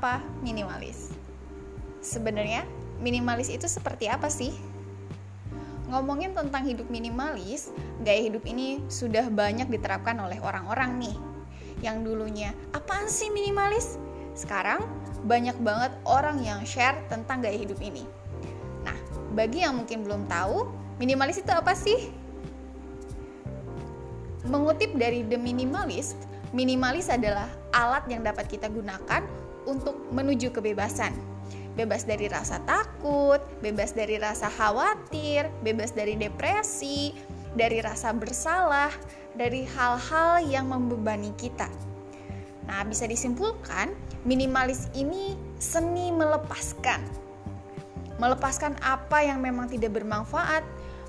apa minimalis? Sebenarnya minimalis itu seperti apa sih? Ngomongin tentang hidup minimalis, gaya hidup ini sudah banyak diterapkan oleh orang-orang nih. Yang dulunya, apaan sih minimalis? Sekarang banyak banget orang yang share tentang gaya hidup ini. Nah, bagi yang mungkin belum tahu, minimalis itu apa sih? Mengutip dari The Minimalist, minimalis adalah alat yang dapat kita gunakan untuk menuju kebebasan. Bebas dari rasa takut, bebas dari rasa khawatir, bebas dari depresi, dari rasa bersalah, dari hal-hal yang membebani kita. Nah, bisa disimpulkan, minimalis ini seni melepaskan. Melepaskan apa yang memang tidak bermanfaat.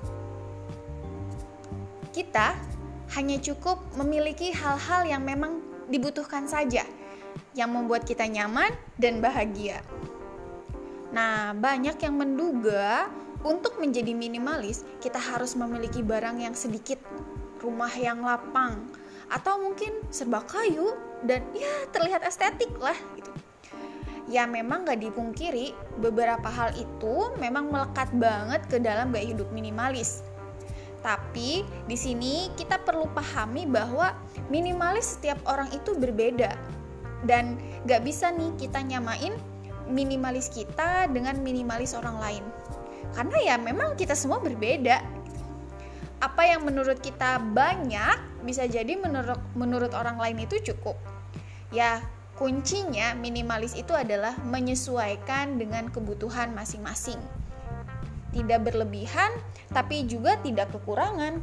Kita hanya cukup memiliki hal-hal yang memang dibutuhkan saja, yang membuat kita nyaman dan bahagia. Nah, banyak yang menduga untuk menjadi minimalis, kita harus memiliki barang yang sedikit, rumah yang lapang, atau mungkin serba kayu dan ya terlihat estetik lah gitu. Ya memang gak dipungkiri, beberapa hal itu memang melekat banget ke dalam gaya hidup minimalis. Tapi di sini kita perlu pahami bahwa minimalis setiap orang itu berbeda. Dan gak bisa nih kita nyamain minimalis kita dengan minimalis orang lain. Karena ya memang kita semua berbeda. Apa yang menurut kita banyak, bisa jadi menurut orang lain itu cukup. Ya, kuncinya minimalis itu adalah menyesuaikan dengan kebutuhan masing-masing. Tidak berlebihan, tapi juga tidak kekurangan.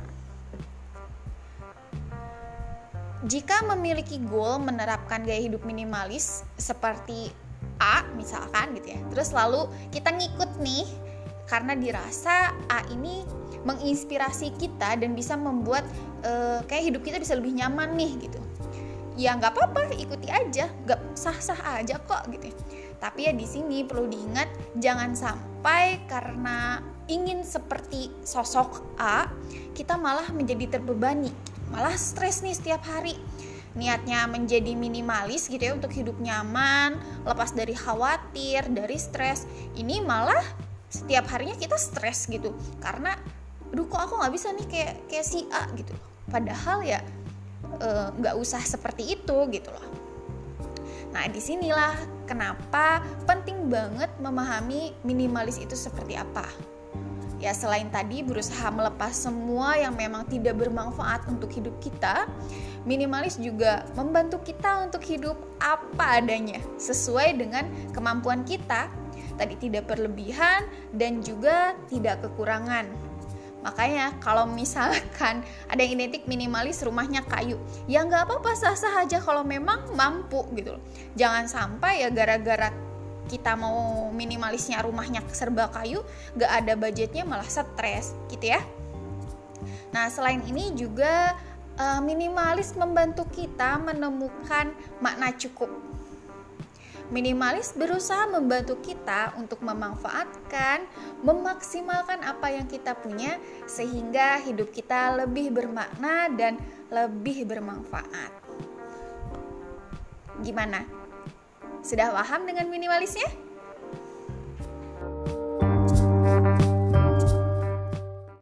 Jika memiliki goal menerapkan gaya hidup minimalis seperti A misalkan gitu ya, terus lalu kita ngikut nih karena dirasa A ini menginspirasi kita dan bisa membuat kayak hidup kita bisa lebih nyaman nih gitu. Ya nggak apa-apa, ikuti aja, nggak sah-sah aja kok gitu. Tapi ya di sini perlu diingat, jangan sampai karena ingin seperti sosok A, kita malah menjadi terbebani, malah stres nih setiap hari. Niatnya menjadi minimalis gitu ya untuk hidup nyaman, lepas dari khawatir, dari stres. Ini malah setiap harinya kita stres gitu. Karena aduh kok aku gak bisa nih kayak si A gitu. Padahal ya gak usah seperti itu gitu loh. Nah disinilah kenapa penting banget memahami minimalis itu seperti apa. Ya selain tadi berusaha melepas semua yang memang tidak bermanfaat untuk hidup kita, minimalis juga membantu kita untuk hidup apa adanya, sesuai dengan kemampuan kita. Tadi tidak berlebihan dan juga tidak kekurangan. Makanya kalau misalkan ada yang identik minimalis rumahnya kayu, ya nggak apa-apa, sah-sah aja kalau memang mampu gitu loh. Jangan sampai ya gara-gara kita mau minimalisnya rumahnya serba kayu, gak ada budgetnya malah stres gitu ya. Nah selain ini juga minimalis membantu kita menemukan makna cukup. Minimalis berusaha membantu kita untuk memanfaatkan, memaksimalkan apa yang kita punya sehingga hidup kita lebih bermakna dan lebih bermanfaat. Gimana? Sudah paham dengan minimalisnya?